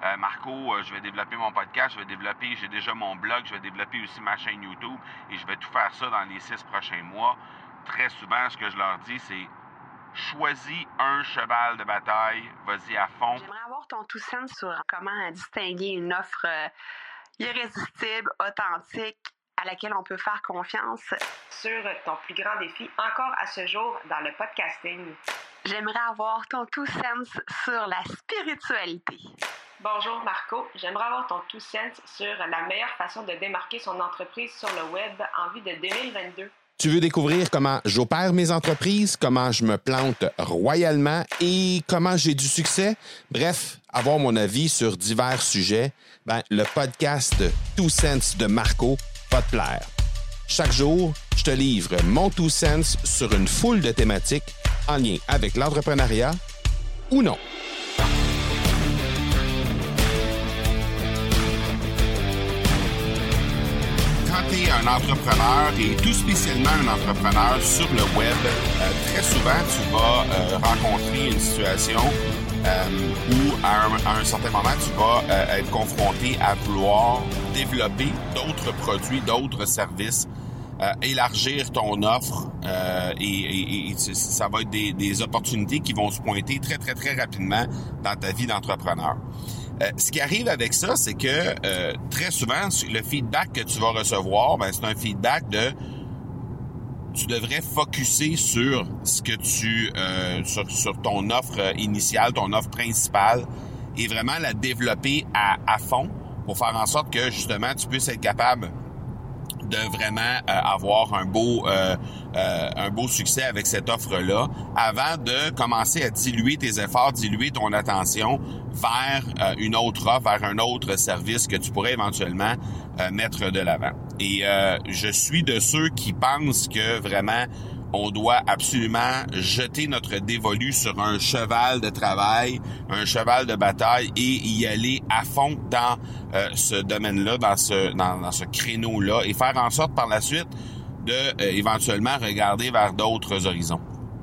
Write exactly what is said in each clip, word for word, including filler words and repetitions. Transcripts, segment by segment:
euh, Marco, euh, je vais développer mon podcast, je vais développer, j'ai déjà mon blog, je vais développer aussi ma chaîne YouTube et je vais tout faire ça dans les six prochains mois. Très souvent, ce que je leur dis, c'est choisis un cheval de bataille, vas-y à fond. J'aimerais avoir ton tout sens sur comment distinguer une offre euh, irrésistible, authentique, à laquelle on peut faire confiance. Sur ton plus grand défi encore à ce jour dans le podcasting. J'aimerais avoir ton tout sens sur la spiritualité. Bonjour Marco, j'aimerais avoir ton tout sens sur la meilleure façon de démarquer son entreprise sur le web en vue de deux mille vingt-deux. Tu veux découvrir comment j'opère mes entreprises, comment je me plante royalement et comment j'ai du succès? Bref, avoir mon avis sur divers sujets, ben, le podcast Two Cents de Marco va te plaire. Chaque jour, je te livre mon Two Cents sur une foule de thématiques en lien avec l'entrepreneuriat ou non. Quand tu es un entrepreneur et tout spécialement un entrepreneur sur le web, euh, très souvent, tu vas euh, rencontrer une situation euh, où, à un, à un certain moment, tu vas euh, être confronté à vouloir développer d'autres produits, d'autres services, euh, élargir ton offre euh, et, et, et ça va être des, des opportunités qui vont se pointer très, très, très rapidement dans ta vie d'entrepreneur. Euh, ce qui arrive avec ça, c'est que euh, très souvent, le feedback que tu vas recevoir, ben, c'est un feedback de tu devrais focusser sur ce que tu euh, sur, sur ton offre initiale, ton offre principale, et vraiment la développer à, à fond pour faire en sorte que justement tu puisses être capable de vraiment euh, avoir un beau euh, euh, un beau succès avec cette offre-là avant de commencer à diluer tes efforts, diluer ton attention vers euh, une autre offre, vers un autre service que tu pourrais éventuellement euh, mettre de l'avant. Et euh, je suis de ceux qui pensent que vraiment on doit absolument jeter notre dévolu sur un cheval de travail, un cheval de bataille et y aller à fond dans euh, ce domaine-là, dans ce dans, dans ce créneau-là et faire en sorte par la suite de euh, éventuellement regarder vers d'autres horizons.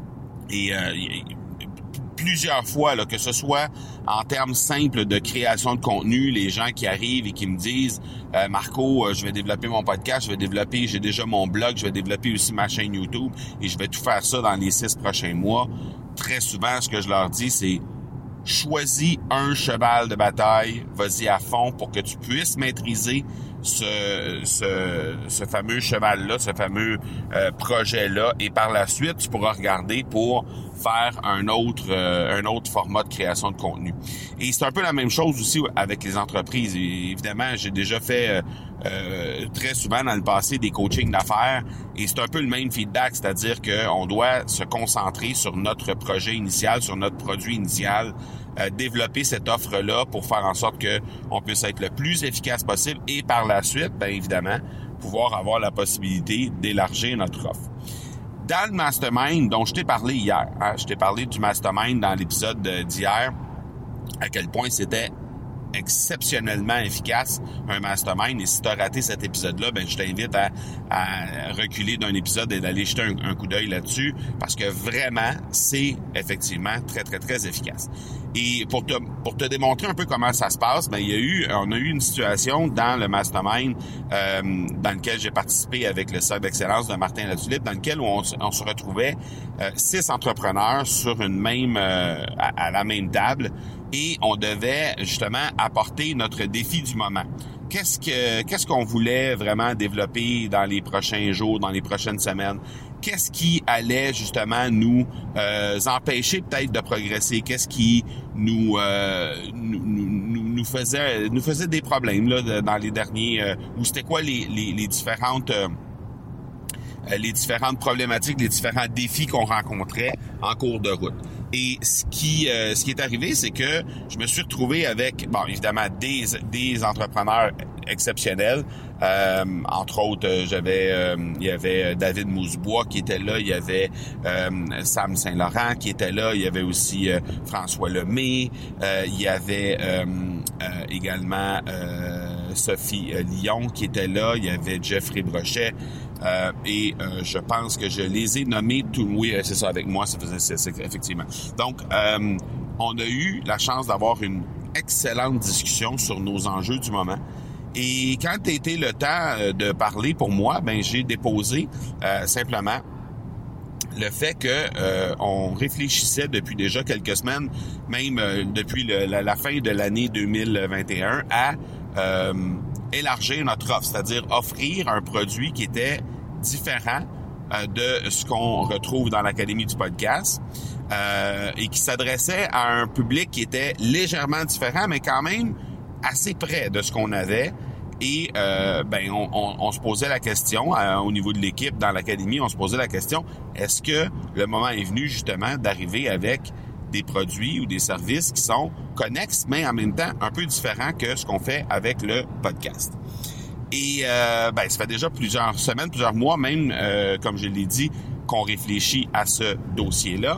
Et euh, plusieurs fois, là, que ce soit en termes simples de création de contenu, les gens qui arrivent et qui me disent euh, « Marco, euh, je vais développer mon podcast, je vais développer, j'ai déjà mon blog, je vais développer aussi ma chaîne YouTube et je vais tout faire ça dans les six prochains mois. » Très souvent, ce que je leur dis, c'est « Choisis un cheval de bataille, vas-y à fond pour que tu puisses maîtriser ce, ce, ce fameux cheval-là, ce fameux euh, projet-là et par la suite, tu pourras regarder pour faire un autre euh, un autre format de création de contenu. » Et c'est un peu la même chose aussi avec les entreprises. Et évidemment, j'ai déjà fait euh, euh, très souvent dans le passé des coachings d'affaires et c'est un peu le même feedback, c'est-à-dire qu'on doit se concentrer sur notre projet initial, sur notre produit initial, euh, développer cette offre-là pour faire en sorte que on puisse être le plus efficace possible et par la suite, bien évidemment, pouvoir avoir la possibilité d'élargir notre offre. Dans le mastermind dont je t'ai parlé hier, hein, je t'ai parlé du mastermind dans l'épisode d'hier, à quel point c'était exceptionnellement efficace, un mastermind. Et si tu as raté cet épisode-là, ben je t'invite à, à reculer d'un épisode et d'aller jeter un, un coup d'œil là-dessus parce que vraiment, c'est effectivement très, très, très efficace. Et pour te, pour te démontrer un peu comment ça se passe, ben il y a eu, on a eu une situation dans le mastermind euh, dans lequel j'ai participé avec le Cercle d'excellence de Martin Latulippe, dans lequel on, on se retrouvait euh, six entrepreneurs sur une même euh, à, à la même table et on devait justement apporter notre défi du moment. Qu'est-ce que qu'est-ce qu'on voulait vraiment développer dans les prochains jours, dans les prochaines semaines? Qu'est-ce qui allait justement nous euh, empêcher peut-être de progresser? Qu'est-ce qui nous, euh, nous, nous nous faisait nous faisait des problèmes là dans les derniers euh, ou c'était quoi les les, les différentes euh, les différentes problématiques, les différents défis qu'on rencontrait en cours de route. Et ce qui euh, ce qui est arrivé, c'est que je me suis retrouvé avec, bon, évidemment, des des entrepreneurs exceptionnels. Euh, entre autres, euh, j'avais, euh, il y avait David Mousebois qui était là, il y avait euh, Sam Saint-Laurent qui était là, il y avait aussi euh, François Lemay, euh, il y avait euh, euh, également euh, Sophie euh, Lyon qui était là, il y avait Jeffrey Brochet. Euh, et euh, je pense que je les ai nommés tous. Oui, c'est ça, avec moi, ça faisait c'est, c'est, effectivement. Donc, euh, on a eu la chance d'avoir une excellente discussion sur nos enjeux du moment. Et quand a été le temps de parler pour moi, ben j'ai déposé euh, simplement le fait que euh, on réfléchissait depuis déjà quelques semaines, même euh, depuis le, la, la fin de l'année deux mille vingt et un, à euh, élargir notre offre, c'est-à-dire offrir un produit qui était différent euh, de ce qu'on retrouve dans l'Académie du podcast euh, et qui s'adressait à un public qui était légèrement différent, mais quand même assez près de ce qu'on avait. Et euh, ben on, on, on se posait la question euh, au niveau de l'équipe dans l'académie, on se posait la question, est-ce que le moment est venu justement d'arriver avec des produits ou des services qui sont connexes, mais en même temps un peu différents que ce qu'on fait avec le podcast. Et euh, ben ça fait déjà plusieurs semaines, plusieurs mois même, euh, comme je l'ai dit, qu'on réfléchit à ce dossier-là.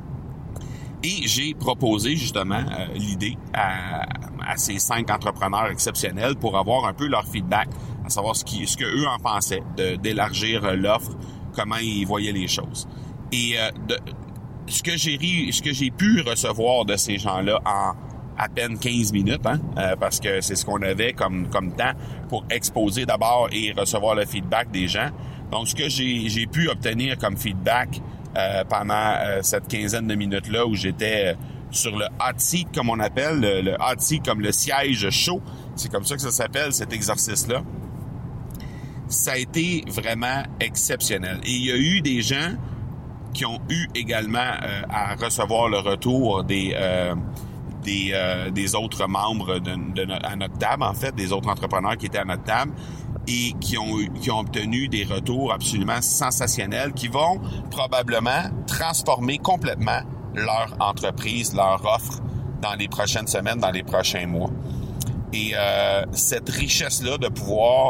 Et j'ai proposé justement euh, l'idée à, à ces cinq entrepreneurs exceptionnels pour avoir un peu leur feedback, à savoir ce qui, ce que eux en pensaient, de, d'élargir l'offre, comment ils voyaient les choses. Et euh, de, ce que j'ai ce que j'ai pu recevoir de ces gens-là en à peine quinze minutes, hein, euh, parce que c'est ce qu'on avait comme comme temps pour exposer d'abord et recevoir le feedback des gens. Donc ce que j'ai j'ai pu obtenir comme feedback Euh, pendant euh, cette quinzaine de minutes-là où j'étais euh, sur le hot seat, comme on appelle, le, le hot seat comme le siège chaud. C'est comme ça que ça s'appelle, cet exercice-là. Ça a été vraiment exceptionnel. Et il y a eu des gens qui ont eu également euh, à recevoir le retour des euh, des, euh, des autres membres de, de no- à notre table, en fait, des autres entrepreneurs qui étaient à notre table, et qui ont qui ont obtenu des retours absolument sensationnels qui vont probablement transformer complètement leur entreprise, leur offre dans les prochaines semaines, dans les prochains mois. Et euh, cette richesse-là de pouvoir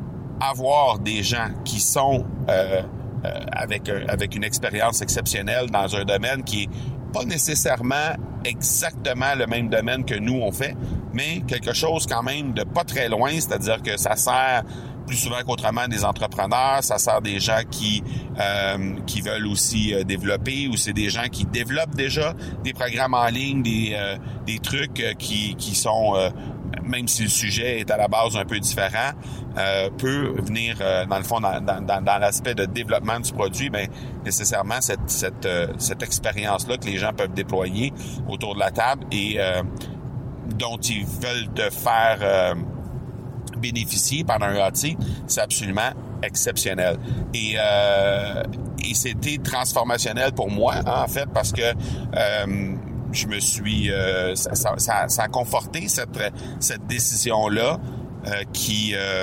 avoir des gens qui sont euh, euh, avec euh, avec une expérience exceptionnelle dans un domaine qui est pas nécessairement exactement le même domaine que nous on fait, mais quelque chose quand même de pas très loin, c'est-à-dire que ça sert plus souvent qu'autrement des entrepreneurs, ça sert des gens qui euh, qui veulent aussi euh, développer, ou c'est des gens qui développent déjà des programmes en ligne, des euh, des trucs euh, qui qui sont euh, même si le sujet est à la base un peu différent, euh, peut venir, euh, dans le fond, dans, dans, dans l'aspect de développement du produit, bien, nécessairement, cette, cette, euh, cette expérience-là que les gens peuvent déployer autour de la table et euh, dont ils veulent te faire euh, bénéficier pendant un hot seat, c'est absolument exceptionnel. Et, euh, et c'était transformationnel pour moi, hein, en fait, parce que euh, je me suis... Euh, ça, ça, ça, ça a conforté cette, cette décision-là euh, qui... Euh,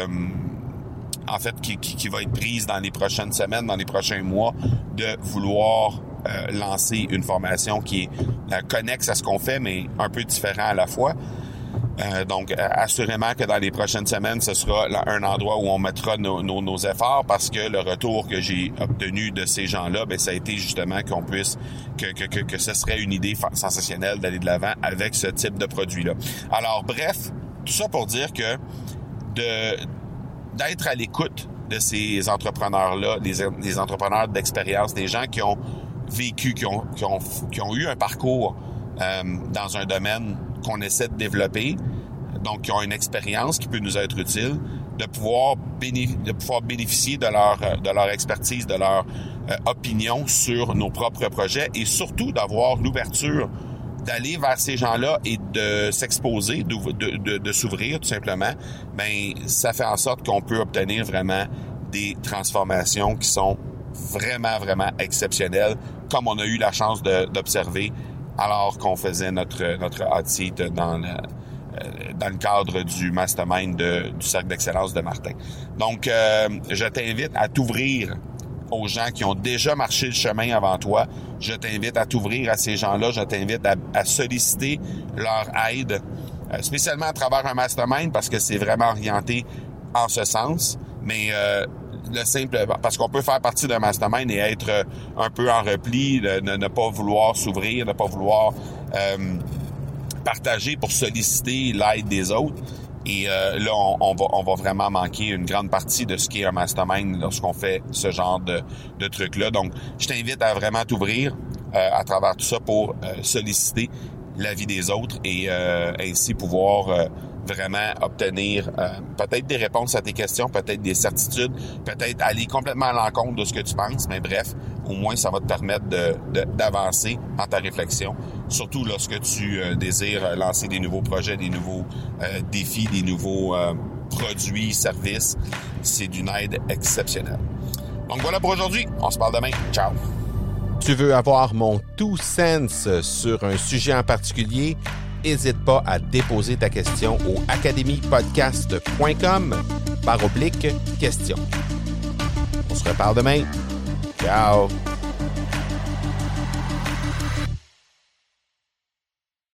en fait, qui, qui, qui va être prise dans les prochaines semaines, dans les prochains mois, de vouloir euh, lancer une formation qui est euh, connexe à ce qu'on fait, mais un peu différent à la fois. Euh, donc, euh, assurément que dans les prochaines semaines, ce sera là, un endroit où on mettra nos, nos, nos efforts, parce que le retour que j'ai obtenu de ces gens-là, ben ça a été justement qu'on puisse, que, que, que, que ce serait une idée sensationnelle d'aller de l'avant avec ce type de produit-là. Alors, bref, tout ça pour dire que de d'être à l'écoute de ces entrepreneurs-là, des, des entrepreneurs d'expérience, des gens qui ont vécu, qui ont, qui ont, qui ont eu un parcours euh, dans un domaine qu'on essaie de développer, donc qui ont une expérience qui peut nous être utile, de pouvoir, béné- de pouvoir bénéficier de leur, de leur expertise, de leur euh, opinion sur nos propres projets, et surtout d'avoir l'ouverture d'aller vers ces gens-là et de s'exposer, de, de, de, de s'ouvrir tout simplement, ben ça fait en sorte qu'on peut obtenir vraiment des transformations qui sont vraiment, vraiment exceptionnelles, comme on a eu la chance de, d'observer alors qu'on faisait notre, notre hot seat dans le, dans le cadre du mastermind de, du Cercle d'excellence de Martin. Donc, euh, je t'invite à t'ouvrir aux gens qui ont déjà marché le chemin avant toi. Je t'invite à t'ouvrir à ces gens-là. Je t'invite à, à solliciter leur aide, euh, spécialement à travers un mastermind, parce que c'est vraiment orienté en ce sens. Mais euh, le simple, parce qu'on peut faire partie d'un mastermind et être euh, un peu en repli, ne, ne, ne pas vouloir s'ouvrir, ne pas vouloir euh, partager pour solliciter l'aide des autres. Et euh, là, on, on, va, on va vraiment manquer une grande partie de ce qui est un mastermind lorsqu'on fait ce genre de, de trucs-là. Donc, je t'invite à vraiment t'ouvrir euh, à travers tout ça pour euh, solliciter l'avis des autres et euh, ainsi pouvoir euh, vraiment obtenir euh, peut-être des réponses à tes questions, peut-être des certitudes, peut-être aller complètement à l'encontre de ce que tu penses, mais bref, au moins ça va te permettre de, de, d'avancer dans ta réflexion, surtout lorsque tu euh, désires lancer des nouveaux projets, des nouveaux euh, défis, des nouveaux euh, produits, services. C'est d'une aide exceptionnelle. Donc voilà pour aujourd'hui, on se parle demain. Ciao! Tu veux avoir mon two cents sur un sujet en particulier? N'hésite pas à déposer ta question au academy podcast point com barre oblique question. On se reparle demain. Ciao!